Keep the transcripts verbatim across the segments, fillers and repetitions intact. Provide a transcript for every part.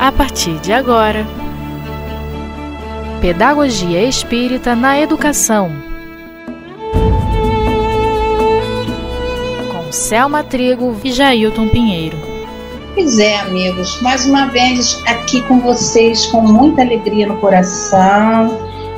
a partir de agora. Pedagogia Espírita na Educação. Com Selma Trigo e Jailton Pinheiro. Pois é, amigos, mais uma vez aqui com vocês, com muita alegria no coração,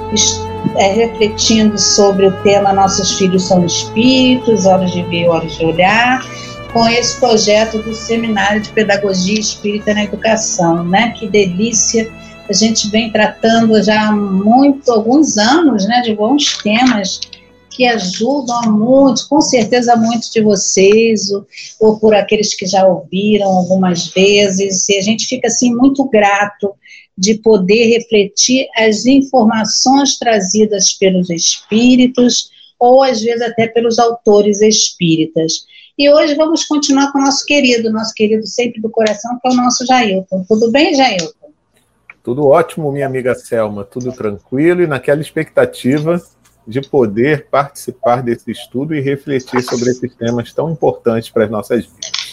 é, refletindo sobre o tema Nossos Filhos São Espíritos, Horas de Ver, Horas de Olhar, com esse projeto do Seminário de Pedagogia Espírita na Educação, né? Que delícia! A gente vem tratando já há muito, alguns anos, né, de bons temas que ajudam muito, com certeza muitos de vocês, ou, ou por aqueles que já ouviram algumas vezes, e a gente fica assim muito grato de poder refletir as informações trazidas pelos espíritos, ou às vezes até pelos autores espíritas. E hoje vamos continuar com o nosso querido, nosso querido sempre do coração, que é o nosso Jailton. Tudo bem, Jailton? Tudo ótimo, minha amiga Selma, tudo tranquilo e naquela expectativa de poder participar desse estudo e refletir sobre esses temas tão importantes para as nossas vidas.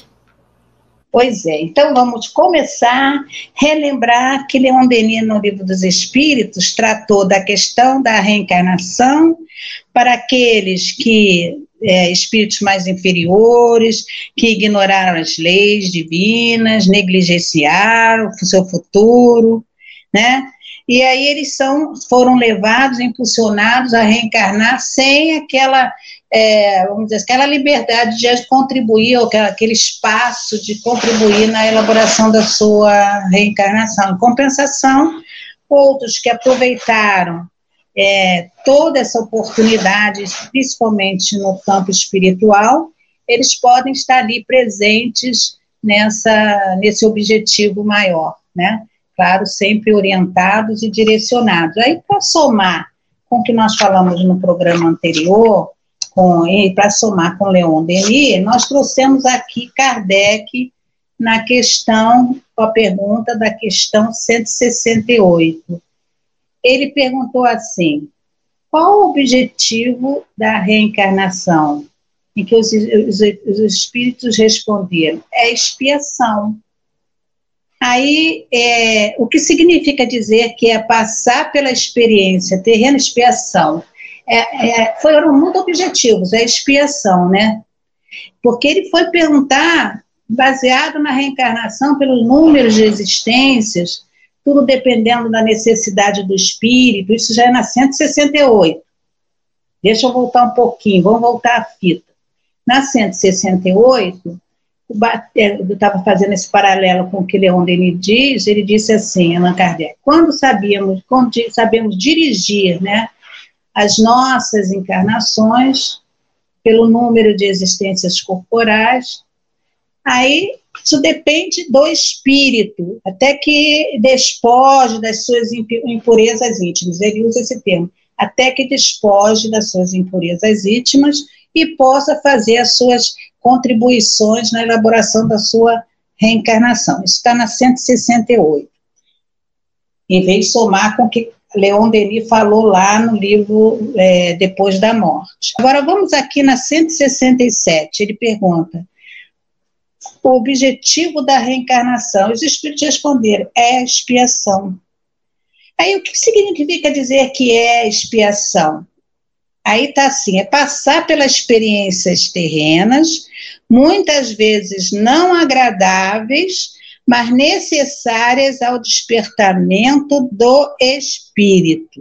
Pois é, então vamos começar, relembrar que Leon Denis, no Livro dos Espíritos, tratou da questão da reencarnação para aqueles que, é, espíritos mais inferiores, que ignoraram as leis divinas, negligenciaram o seu futuro, né? E aí eles são, foram levados, impulsionados a reencarnar sem aquela, é, vamos dizer, aquela liberdade de contribuir, ou aquele espaço de contribuir na elaboração da sua reencarnação. Em compensação, outros que aproveitaram é, toda essa oportunidade, principalmente no campo espiritual, eles podem estar ali presentes nessa, nesse objetivo maior, né? Claro, sempre orientados e direcionados. Aí, para somar com o que nós falamos no programa anterior, e para somar com Leon Denis, nós trouxemos aqui Kardec na questão, com a pergunta da questão cento e sessenta e oito. Ele perguntou assim: qual o objetivo da reencarnação? Em que os, os, os espíritos responderam: é expiação. Aí, é, o que significa dizer que é passar pela experiência terrena, expiação? É, é, foram muito objetivos, é expiação, né? Porque ele foi perguntar, baseado na reencarnação, pelos números de existências, tudo dependendo da necessidade do espírito, isso já é na cento e sessenta e oito. Deixa eu voltar um pouquinho, vamos voltar à fita. Na cento e sessenta e oito... eu estava fazendo esse paralelo com o que Leon Denis diz, ele disse assim, Allan Kardec: quando sabíamos, quando sabemos dirigir, né, as nossas encarnações pelo número de existências corporais, aí isso depende do espírito, até que despoje das suas impurezas íntimas, ele usa esse termo, até que despoje das suas impurezas íntimas e possa fazer as suas contribuições na elaboração da sua reencarnação. Isso está na cento e sessenta e oito. Em vez de somar com o que Leon Denis falou lá no livro é, Depois da Morte. Agora vamos aqui na cento e sessenta e sete. Ele pergunta: o objetivo da reencarnação? Os espíritos responderam: é a expiação. Aí o que significa dizer que é expiação? Aí está assim: é passar pelas experiências terrenas, muitas vezes não agradáveis, mas necessárias ao despertamento do espírito.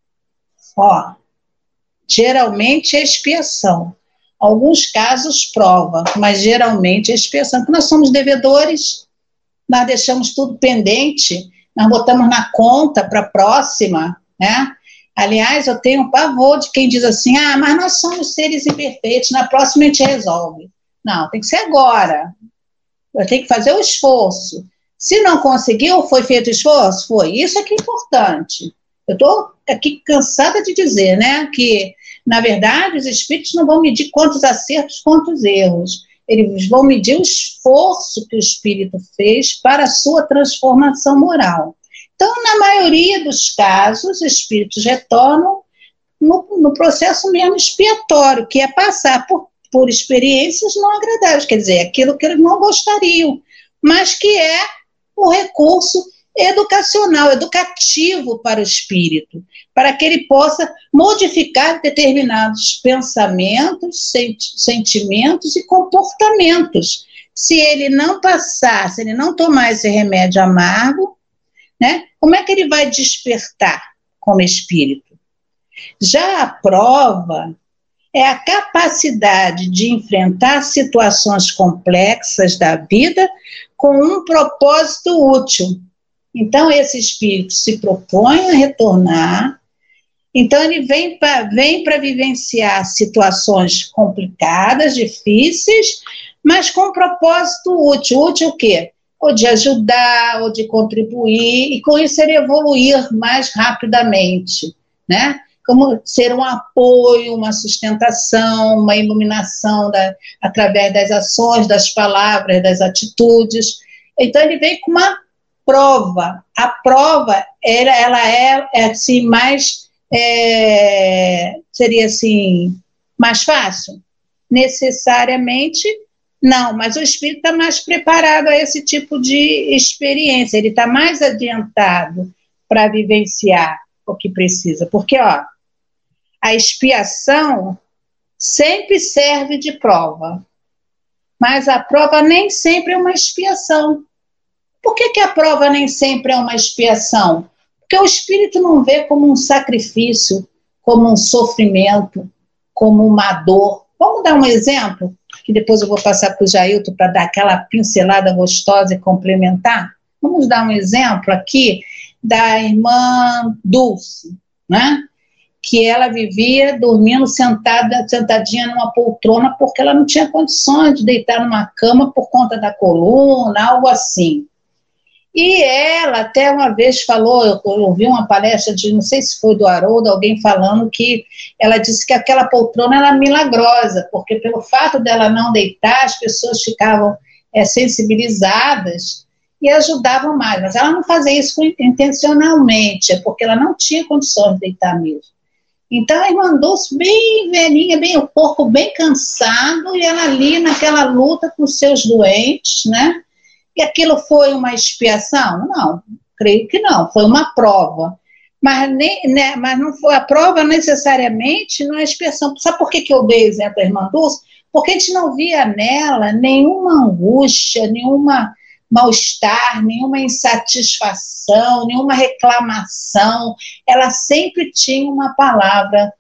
Ó, geralmente é expiação. Alguns casos prova, mas geralmente é expiação. Porque nós somos devedores, nós deixamos tudo pendente, nós botamos na conta para a próxima, né? Aliás, eu tenho um pavor de quem diz assim: ah, mas nós somos seres imperfeitos, na próxima a gente resolve. Não, tem que ser agora. Eu tenho que fazer o esforço. Se não conseguiu, foi feito esforço? Foi. Isso é que é importante. Eu estou aqui cansada de dizer, né, que, na verdade, os espíritos não vão medir quantos acertos, quantos erros. Eles vão medir o esforço que o espírito fez para a sua transformação moral. Então, na maioria dos casos, os espíritos retornam no, no processo mesmo expiatório, que é passar por, por experiências não agradáveis, quer dizer, aquilo que eles não gostariam, mas que é o recurso educacional, educativo para o espírito, para que ele possa modificar determinados pensamentos, sentimentos e comportamentos. Se ele não passar, se ele não tomar esse remédio amargo, né, como é que ele vai despertar como espírito? Já a prova é a capacidade de enfrentar situações complexas da vida com um propósito útil. Então, esse espírito se propõe a retornar, então ele vem para vem para vivenciar situações complicadas, difíceis, mas com um propósito útil. Útil o quê? Ou de ajudar, ou de contribuir, e com isso ele evoluir mais rapidamente, né? Como ser um apoio, uma sustentação, uma iluminação da, através das ações, das palavras, das atitudes. Então ele vem com uma prova. A prova, ela, ela é, é assim, mais, é, seria assim, mais fácil? Necessariamente não, mas o espírito está mais preparado a esse tipo de experiência, ele está mais adiantado para vivenciar o que precisa, porque, ó, a expiação sempre serve de prova, mas a prova nem sempre é uma expiação. Por que que a prova nem sempre é uma expiação? Porque o espírito não vê como um sacrifício, como um sofrimento, como uma dor. Vamos dar um exemplo, que depois eu vou passar para o Jailton para dar aquela pincelada gostosa e complementar. Vamos dar um exemplo aqui da irmã Dulce, né? Que ela vivia dormindo sentada, sentadinha numa poltrona porque ela não tinha condições de deitar numa cama por conta da coluna, algo assim. E ela até uma vez falou, eu ouvi uma palestra de, não sei se foi do Haroldo, alguém falando que ela disse que aquela poltrona era milagrosa, porque pelo fato dela não deitar, as pessoas ficavam é, sensibilizadas e ajudavam mais, mas ela não fazia isso intencionalmente, é porque ela não tinha condições de deitar mesmo. Então a irmã Dulce bem velhinha, bem, o corpo bem cansado, e ela ali naquela luta com os seus doentes, né? E aquilo foi uma expiação? Não, creio que não, foi uma prova. Mas, nem, né, mas não foi a prova necessariamente, não é expiação. Sabe por que, que eu dei exemplo da irmã Dulce? Porque a gente não via nela nenhuma angústia, nenhuma mal-estar, nenhuma insatisfação, nenhuma reclamação. Ela sempre tinha uma palavra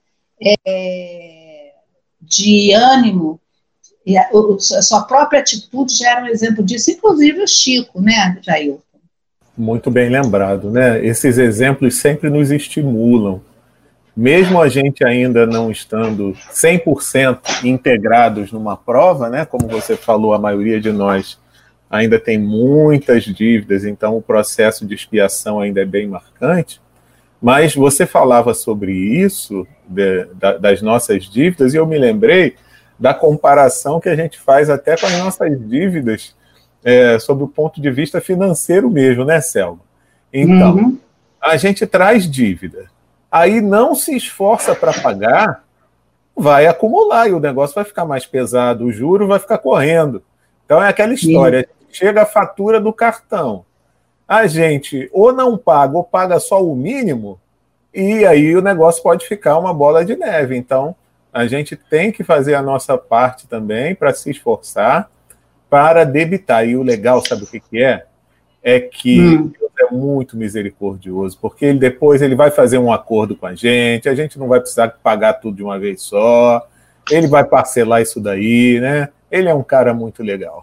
é, de ânimo. E a, a sua própria atitude já era um exemplo disso, inclusive o Chico, né, Jailton? Muito bem lembrado, né? Esses exemplos sempre nos estimulam. Mesmo a gente ainda não estando cem por cento integrados numa prova, né? Como você falou, a maioria de nós ainda tem muitas dívidas, então o processo de expiação ainda é bem marcante. Mas você falava sobre isso, de, da, das nossas dívidas, e eu me lembrei da comparação que a gente faz até com as nossas dívidas, é, sob o ponto de vista financeiro mesmo, né, Selma? Então, uhum. a gente traz dívida, aí não se esforça para pagar, vai acumular, e o negócio vai ficar mais pesado, o juro vai ficar correndo. Então é aquela história, uhum. chega a fatura do cartão, a gente ou não paga, ou paga só o mínimo, e aí o negócio pode ficar uma bola de neve. Então, a gente tem que fazer a nossa parte também para se esforçar, para debitar. E o legal, sabe o que, que é? É que hum. Deus é muito misericordioso, porque ele, depois ele vai fazer um acordo com a gente, a gente não vai precisar pagar tudo de uma vez só, ele vai parcelar isso daí, né? Ele é um cara muito legal.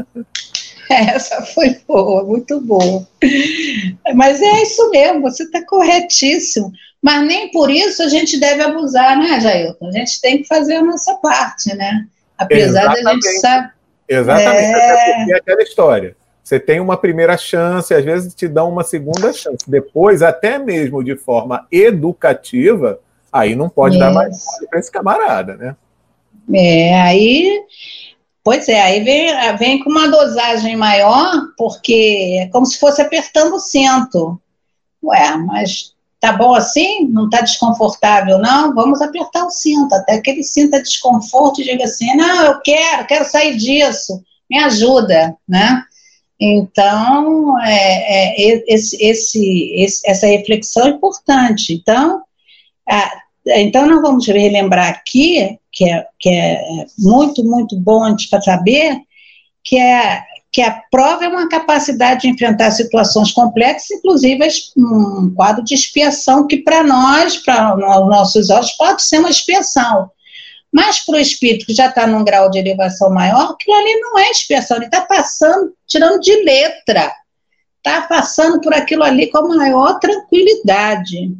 Essa foi boa, muito boa. Mas é isso mesmo, você está corretíssimo. Mas nem por isso a gente deve abusar, né, Jailton? A gente tem que fazer a nossa parte, né? Apesar da gente saber. Exatamente, é... até porque é aquela história. Você tem uma primeira chance, às vezes te dão uma segunda chance. Depois, até mesmo de forma educativa, aí não pode é. dar mais para esse camarada, né? É, aí... Pois é, aí vem, vem com uma dosagem maior, porque é como se fosse apertando o cinto. Ué, mas tá bom assim? Não tá desconfortável, não? Vamos apertar o cinto, até que ele sinta desconforto e diga assim, não, eu quero, quero sair disso, me ajuda, né? Então, é, é, esse, esse, esse, essa reflexão é importante. Então, a, então, nós vamos relembrar aqui, que é, que é muito, muito bom a gente saber, que, é, que a prova é uma capacidade de enfrentar situações complexas, inclusive um quadro de expiação, que para nós, para os nossos olhos, pode ser uma expiação. Mas para o espírito que já está num grau de elevação maior, aquilo ali não é expiação, ele está passando, tirando de letra, está passando por aquilo ali com a maior tranquilidade.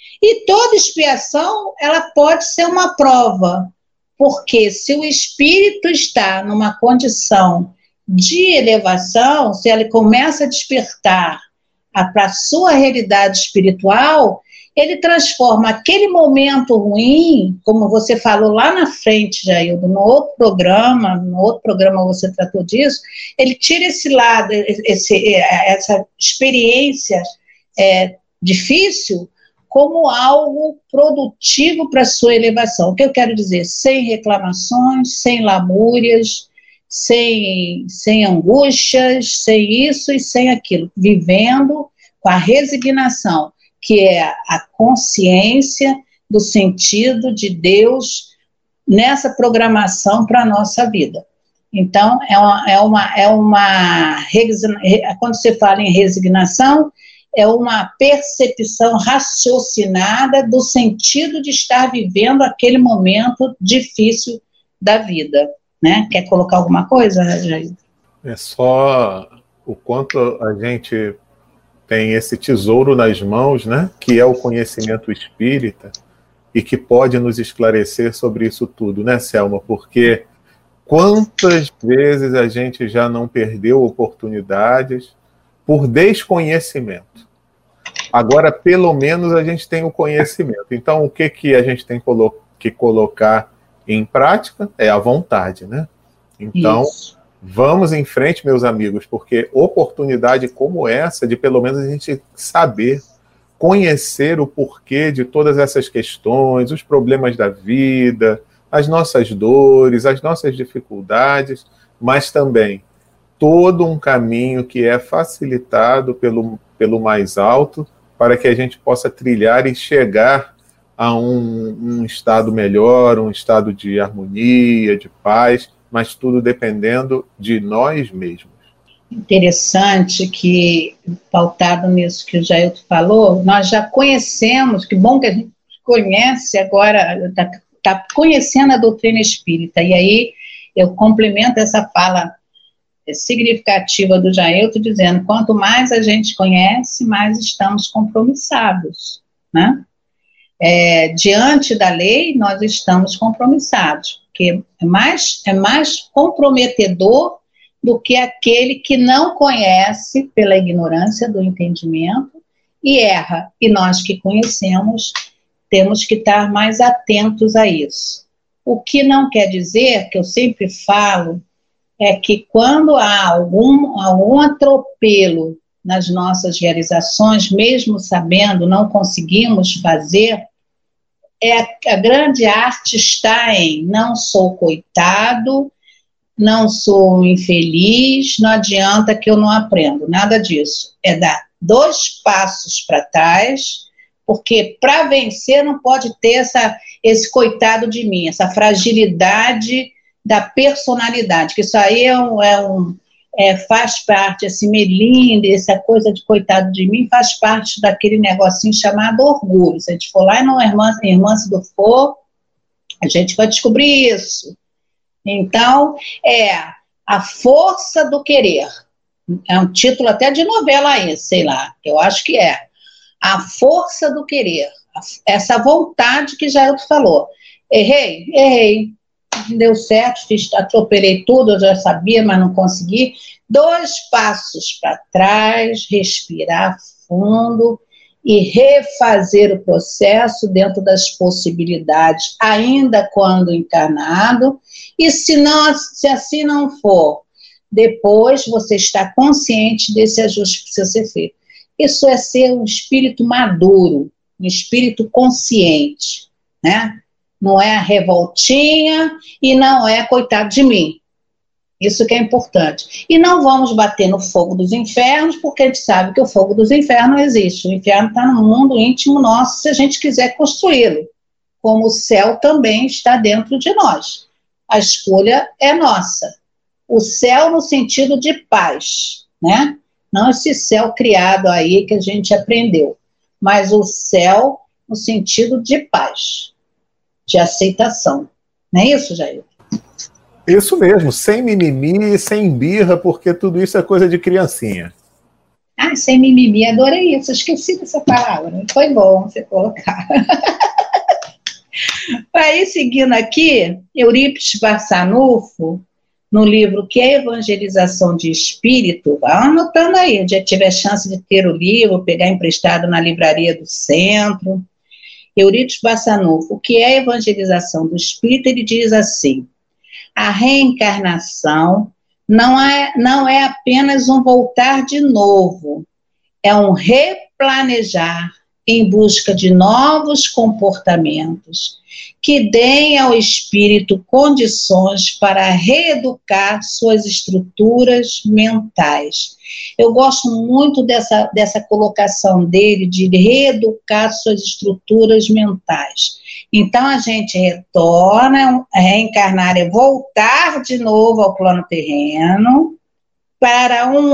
E toda expiação, ela pode ser uma prova, porque se o espírito está numa condição de elevação, se ele começa a despertar para a sua realidade espiritual, ele transforma aquele momento ruim, como você falou lá na frente, Jaildo, no outro programa, no outro programa você tratou disso, ele tira esse lado, esse, essa experiência é, difícil, como algo produtivo para a sua elevação. O que eu quero dizer? Sem reclamações, sem lamúrias, sem, sem angústias, sem isso e sem aquilo. Vivendo com a resignação, que é a consciência do sentido de Deus nessa programação para a nossa vida. Então, é uma, é uma, é uma, quando você fala em resignação, é uma percepção raciocinada do sentido de estar vivendo aquele momento difícil da vida, né? Quer colocar alguma coisa, Jair? É só o quanto a gente tem esse tesouro nas mãos, né? Que é o conhecimento espírita e que pode nos esclarecer sobre isso tudo, né, Selma? Porque quantas vezes a gente já não perdeu oportunidades por desconhecimento. Agora, pelo menos, a gente tem o conhecimento. Então, o que, que a gente tem que colocar em prática é a vontade, né? Então, isso. Vamos em frente, meus amigos, porque oportunidade como essa, de pelo menos a gente saber, conhecer o porquê de todas essas questões, os problemas da vida, as nossas dores, as nossas dificuldades, mas também todo um caminho que é facilitado pelo, pelo mais alto para que a gente possa trilhar e chegar a um, um estado melhor, um estado de harmonia, de paz, mas tudo dependendo de nós mesmos. Interessante que, pautado nisso que o Jailton falou, nós já conhecemos, que bom que a gente conhece agora, está tá conhecendo a doutrina espírita, e aí eu complemento essa fala significativa do Jailton, dizendo, quanto mais a gente conhece, mais estamos compromissados, né? É, diante da lei, nós estamos compromissados, porque é mais, é mais comprometedor do que aquele que não conhece pela ignorância do entendimento e erra. E nós que conhecemos, temos que estar mais atentos a isso. O que não quer dizer, que eu sempre falo, é que quando há algum, algum atropelo nas nossas realizações, mesmo sabendo, não conseguimos fazer, é, a grande arte está em não sou coitado, não sou infeliz, não adianta que eu não aprendo, nada disso. É dar dois passos para trás, porque para vencer não pode ter essa, esse coitado de mim, essa fragilidade da personalidade, que isso aí é um, é um, é, faz parte, esse melindre, essa coisa de coitado de mim, faz parte daquele negocinho chamado orgulho. Se a gente for lá no Irmã, Irmã do For, a gente vai descobrir isso. Então, é a força do querer. É um título até de novela aí, sei lá, eu acho que é. A força do querer. Essa vontade que já eu te falou. Errei? Errei. Deu certo, fiz, atropelei tudo, eu já sabia, mas não consegui. Dois passos para trás, respirar fundo e refazer o processo dentro das possibilidades, ainda quando encarnado. E se, não, se assim não for, depois você está consciente desse ajuste que precisa ser feito. Isso é ser um espírito maduro, um espírito consciente, né? Não é a revoltinha e não é coitado de mim. Isso que é importante. E não vamos bater no fogo dos infernos, porque a gente sabe que o fogo dos infernos não existe. O inferno está no mundo íntimo nosso, se a gente quiser construí-lo. Como o céu também está dentro de nós. A escolha é nossa. O céu no sentido de paz, né? Não esse céu criado aí que a gente aprendeu, mas o céu no sentido de paz, de aceitação. Não é isso, Jair? Isso mesmo, sem mimimi, sem birra, porque tudo isso é coisa de criancinha. Ah, sem mimimi, adorei isso, esqueci dessa palavra, foi bom você colocar. Aí, seguindo aqui, Eurípides Barçanufo, no livro Que é Evangelização de Espírito, vá anotando aí, já tiver chance de ter o livro, pegar emprestado na livraria do centro. Eurípides Barçanufo, Que é Evangelização do Espírito, ele diz assim: a reencarnação não é, não é apenas um voltar de novo, é um replanejar em busca de novos comportamentos que deem ao espírito condições para reeducar suas estruturas mentais. Eu gosto muito dessa, dessa colocação dele de reeducar suas estruturas mentais. Então, a gente retorna, reencarnar é voltar de novo ao plano terreno para um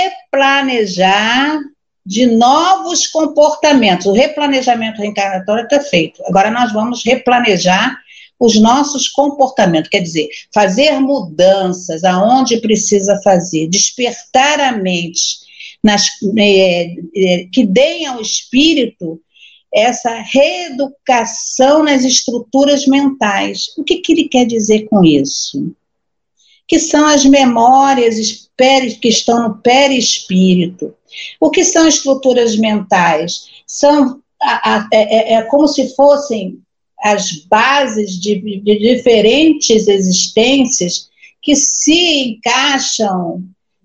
replanejar de novos comportamentos. O replanejamento reencarnatório está feito. Agora nós vamos replanejar os nossos comportamentos, quer dizer, fazer mudanças aonde precisa fazer, despertar a mente, nas, é, é, que deem ao espírito essa reeducação nas estruturas mentais. O que, que ele quer dizer com isso? Que são as memórias que estão no perispírito. O que são estruturas mentais? São a, a, é, é como se fossem as bases de, de diferentes existências que se encaixam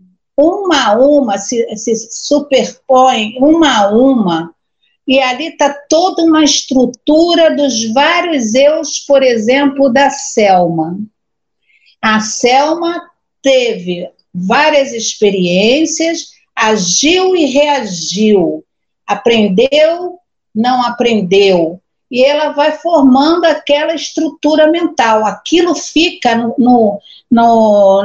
uma a uma, se, se superpõem uma a uma, e ali está toda uma estrutura dos vários eus, por exemplo, da Selma. A Selma teve várias experiências, agiu e reagiu, aprendeu, não aprendeu, e ela vai formando aquela estrutura mental. Aquilo fica no, no, no,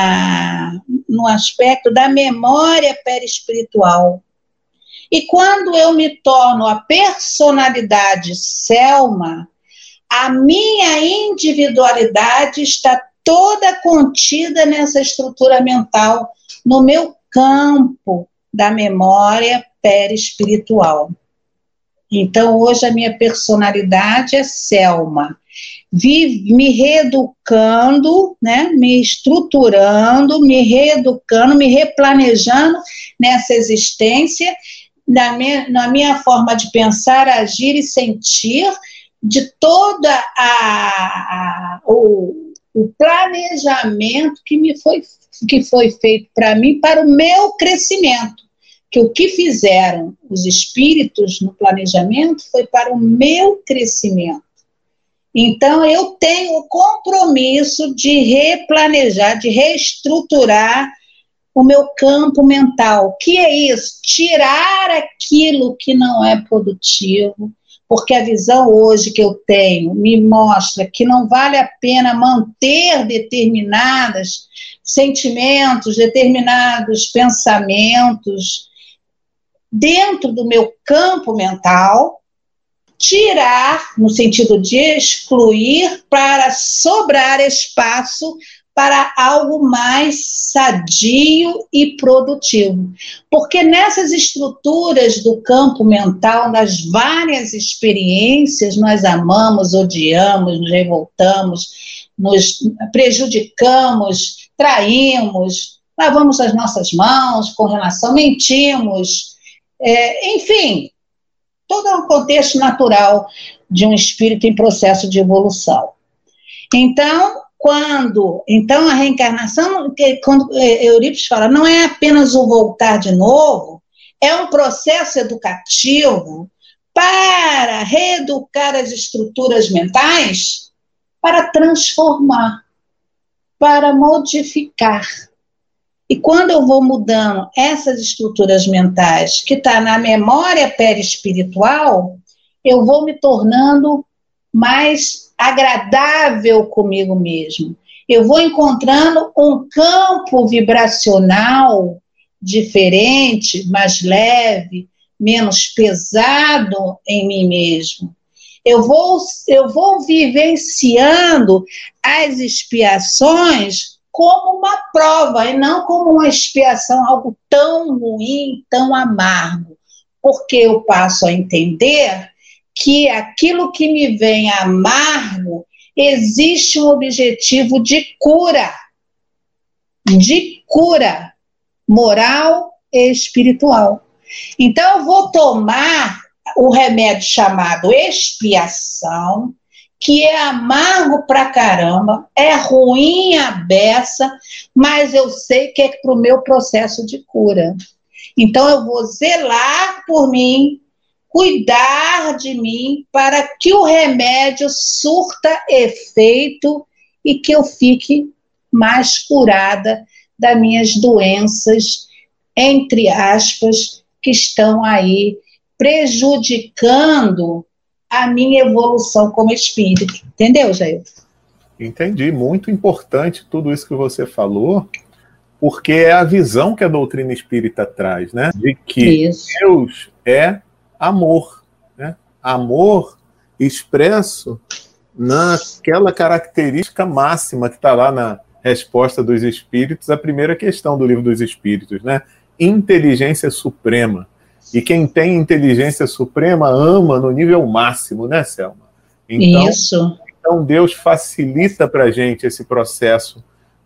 na, no aspecto da memória perispiritual. E quando eu me torno a personalidade Selma, a minha individualidade está toda contida nessa estrutura mental, no meu campo da memória perispiritual. Então, hoje a minha personalidade é Selma, Vive, me reeducando, né, me estruturando, me reeducando, me replanejando nessa existência, na minha, na minha forma de pensar, agir e sentir, de toda a, a o, o planejamento que me foi, que foi feito para mim, para o meu crescimento. Que o que fizeram os espíritos no planejamento foi para o meu crescimento. Então, eu tenho o compromisso de replanejar, de reestruturar o meu campo mental. O que é isso? Tirar aquilo que não é produtivo, porque a visão hoje que eu tenho me mostra que não vale a pena manter determinados sentimentos, determinados pensamentos dentro do meu campo mental, tirar, no sentido de excluir, para sobrar espaço para algo mais sadio e produtivo. Porque nessas estruturas do campo mental, nas várias experiências, nós amamos, odiamos, nos revoltamos, nos prejudicamos, traímos, lavamos as nossas mãos com relação, mentimos, é, enfim, todo um contexto natural de um espírito em processo de evolução. Então, quando, então a reencarnação, quando Eurípides fala, não é apenas o voltar de novo, é um processo educativo para reeducar as estruturas mentais, para transformar. para modificar. E quando eu vou mudando essas estruturas mentais que está na memória perispiritual, eu vou me tornando mais agradável comigo mesmo. Eu vou encontrando um campo vibracional diferente, mais leve, menos pesado em mim mesmo. Eu vou, eu vou vivenciando as expiações como uma prova e não como uma expiação, algo tão ruim, tão amargo. Porque eu passo a entender que aquilo que me vem amargo, existe um objetivo de cura, de cura moral e espiritual. Então eu vou tomar o remédio chamado expiação, que é amargo pra caramba, é ruim a beça, mas eu sei que é para o meu processo de cura. Então eu vou zelar por mim, cuidar de mim, para que o remédio surta efeito e que eu fique mais curada das minhas doenças, entre aspas, que estão aí prejudicando a minha evolução como espírito. Entendeu, Jair? Entendi. Muito importante tudo isso que você falou, porque é a visão que a doutrina espírita traz, né? De que isso. Deus é amor, né? Amor expresso naquela característica máxima que está lá na resposta dos Espíritos, a primeira questão do Livro dos Espíritos, né? Inteligência suprema. E quem tem inteligência suprema ama no nível máximo, né, Selma? Então, Isso. Então Deus facilita para a gente esse processo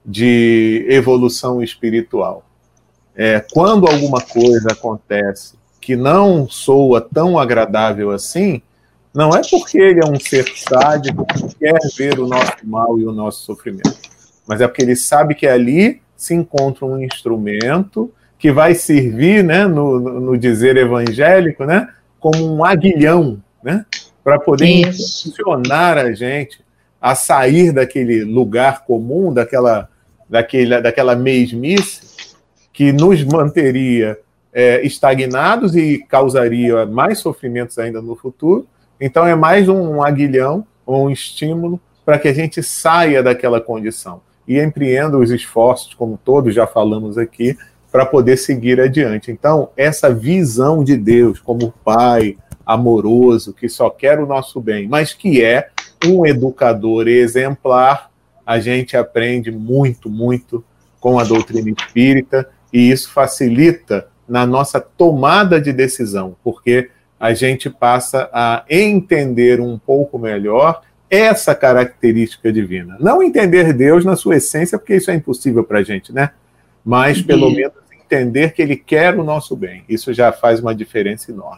de evolução espiritual. É, quando alguma coisa acontece que não soa tão agradável assim, não é porque ele é um ser sádico que quer ver o nosso mal e o nosso sofrimento, mas é porque ele sabe que ali se encontra um instrumento que vai servir, né, no, no dizer evangélico, né, como um aguilhão, né, para poder impulsionar a gente a sair daquele lugar comum, daquela, daquela, daquela mesmice que nos manteria é, estagnados e causaria mais sofrimentos ainda no futuro. Então é mais um aguilhão, um estímulo para que a gente saia daquela condição e empreenda os esforços, como todos já falamos aqui, para poder seguir adiante. Então, essa visão de Deus como Pai amoroso, que só quer o nosso bem, mas que é um educador exemplar, a gente aprende muito, muito com a doutrina espírita, e isso facilita na nossa tomada de decisão, porque a gente passa a entender um pouco melhor essa característica divina. Não entender Deus na sua essência, porque isso é impossível para a gente, né? Mas, pelo menos, entender que ele quer o nosso bem. Isso já faz uma diferença enorme.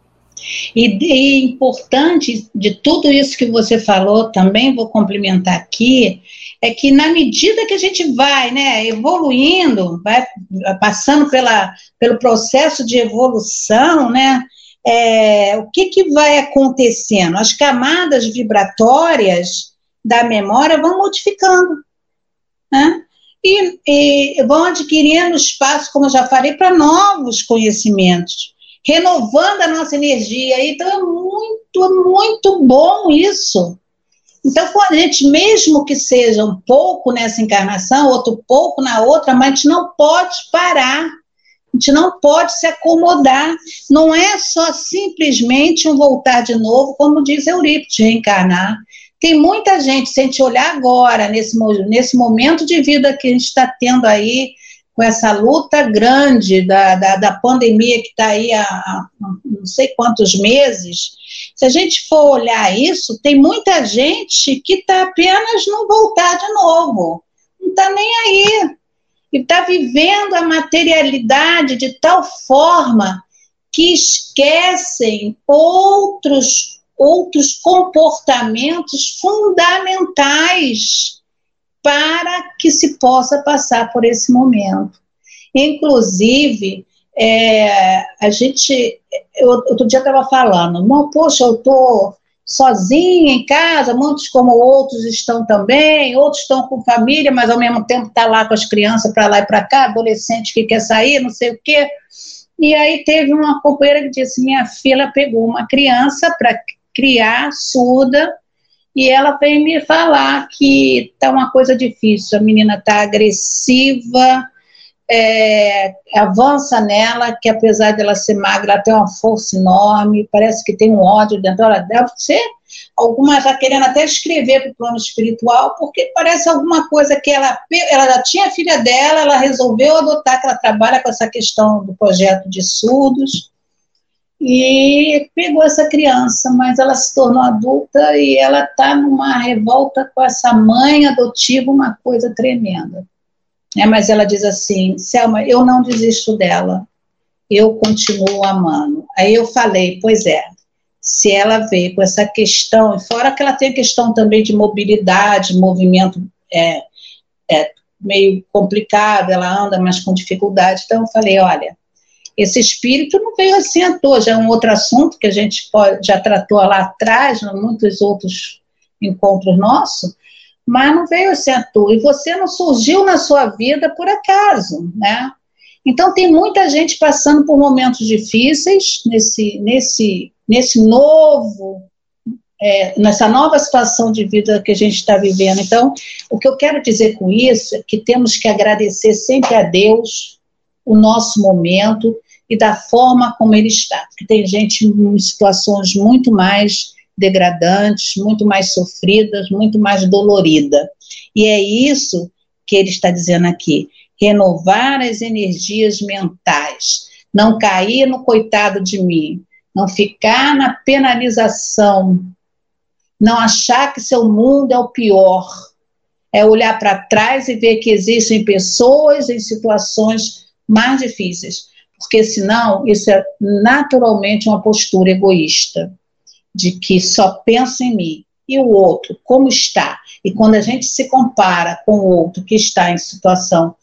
E, e importante de tudo isso que você falou, também vou complementar aqui, é que na medida que a gente vai, né, evoluindo, vai passando pela, pelo processo de evolução, né, é, o que, que vai acontecendo? As camadas vibratórias da memória vão modificando, né? E, e vão adquirindo espaço, como eu já falei, para novos conhecimentos, renovando a nossa energia. Então é muito, muito bom isso. Então, quando a gente, mesmo que seja um pouco nessa encarnação, outro pouco na outra, mas a gente não pode parar, a gente não pode se acomodar. Não é só simplesmente um voltar de novo, como diz Eurípides, reencarnar. Tem muita gente, se a gente olhar agora, nesse, nesse momento de vida que a gente está tendo aí, com essa luta grande da, da, da pandemia que está aí há, há não sei quantos meses, se a gente for olhar isso, tem muita gente que está apenas no voltar de novo, não está nem aí, e está vivendo a materialidade de tal forma que esquecem outros outros comportamentos fundamentais para que se possa passar por esse momento. Inclusive, é, a gente, eu, outro dia estava falando, não, poxa, eu estou sozinha em casa, muitos como outros estão também, outros estão com família, mas ao mesmo tempo está lá com as crianças para lá e para cá, adolescente que quer sair, não sei o quê. E aí teve uma companheira que disse, minha filha pegou uma criança para criar, surda, e ela veio me falar que está uma coisa difícil, a menina está agressiva, É, avança nela, que apesar dela ser magra, ela tem uma força enorme, parece que tem um ódio dentro dela, deve ser, alguma já querendo até escrever para o plano espiritual, porque parece alguma coisa que ela, ela já tinha a filha dela, ela resolveu adotar, que ela trabalha com essa questão do projeto de surdos, e pegou essa criança, mas ela se tornou adulta e ela está numa revolta com essa mãe adotiva, uma coisa tremenda. É, mas ela diz assim, Selma, eu não desisto dela, eu continuo amando. Aí eu falei, pois é, se ela veio com essa questão, e fora que ela tem a questão também de mobilidade, movimento é, é meio complicado, ela anda mais com dificuldade, então eu falei, olha, esse espírito não veio assim à toa, já é um outro assunto que a gente pode, já tratou lá atrás, em muitos outros encontros nossos, mas não veio assim à toa, e você não surgiu na sua vida por acaso, né? Então tem muita gente passando por momentos difíceis, nesse, nesse, nesse novo, é, nessa nova situação de vida que a gente está vivendo. Então, o que eu quero dizer com isso é que temos que agradecer sempre a Deus o nosso momento e da forma como ele está, porque tem gente em situações muito mais degradantes, muito mais sofridas, muito mais dolorida. E é isso que ele está dizendo aqui, renovar as energias mentais, não cair no coitado de mim, não ficar na penalização, não achar que seu mundo é o pior, é olhar para trás e ver que existem pessoas em situações mais difíceis, porque senão isso é naturalmente uma postura egoísta, de que só penso em mim, e o outro, como está? E quando a gente se compara com o outro que está em situação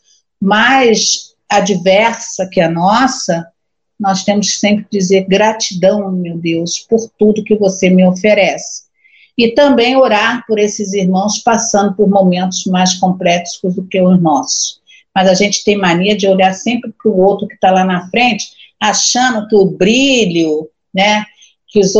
mais adversa que a nossa, nós temos sempre que dizer gratidão, meu Deus, por tudo que você me oferece. E também orar por esses irmãos passando por momentos mais complexos do que os nossos. Mas a gente tem mania de olhar sempre para o outro que está lá na frente, achando que o brilho, né, que os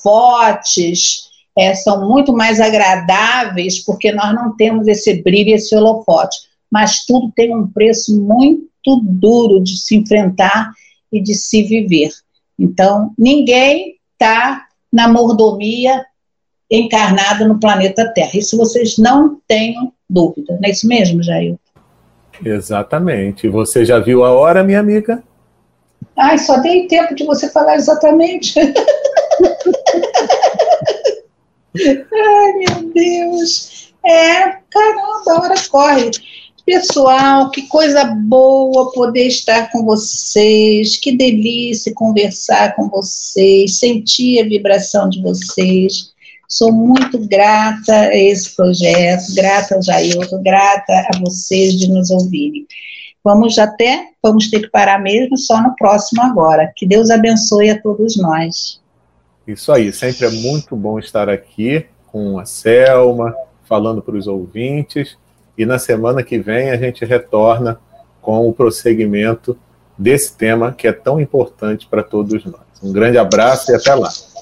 holofotes é, são muito mais agradáveis, porque nós não temos esse brilho, esse holofote. Mas tudo tem um preço muito duro de se enfrentar e de se viver. Então, ninguém está na mordomia encarnado no planeta Terra. Isso vocês não tenham dúvida. Não é isso mesmo, Jair? Exatamente. Você já viu a hora, minha amiga? Ai, só dei tempo de você falar exatamente. Ai, meu Deus. É, caramba, a hora corre. Pessoal, que coisa boa poder estar com vocês, que delícia conversar com vocês, sentir a vibração de vocês. Sou muito grata a esse projeto, grata ao Jailton, grata a vocês de nos ouvirem. Vamos até, vamos ter que parar mesmo só no próximo agora. Que Deus abençoe a todos nós. Isso aí, sempre é muito bom estar aqui com a Selma, falando para os ouvintes, e na semana que vem a gente retorna com o prosseguimento desse tema que é tão importante para todos nós. Um grande abraço e até lá.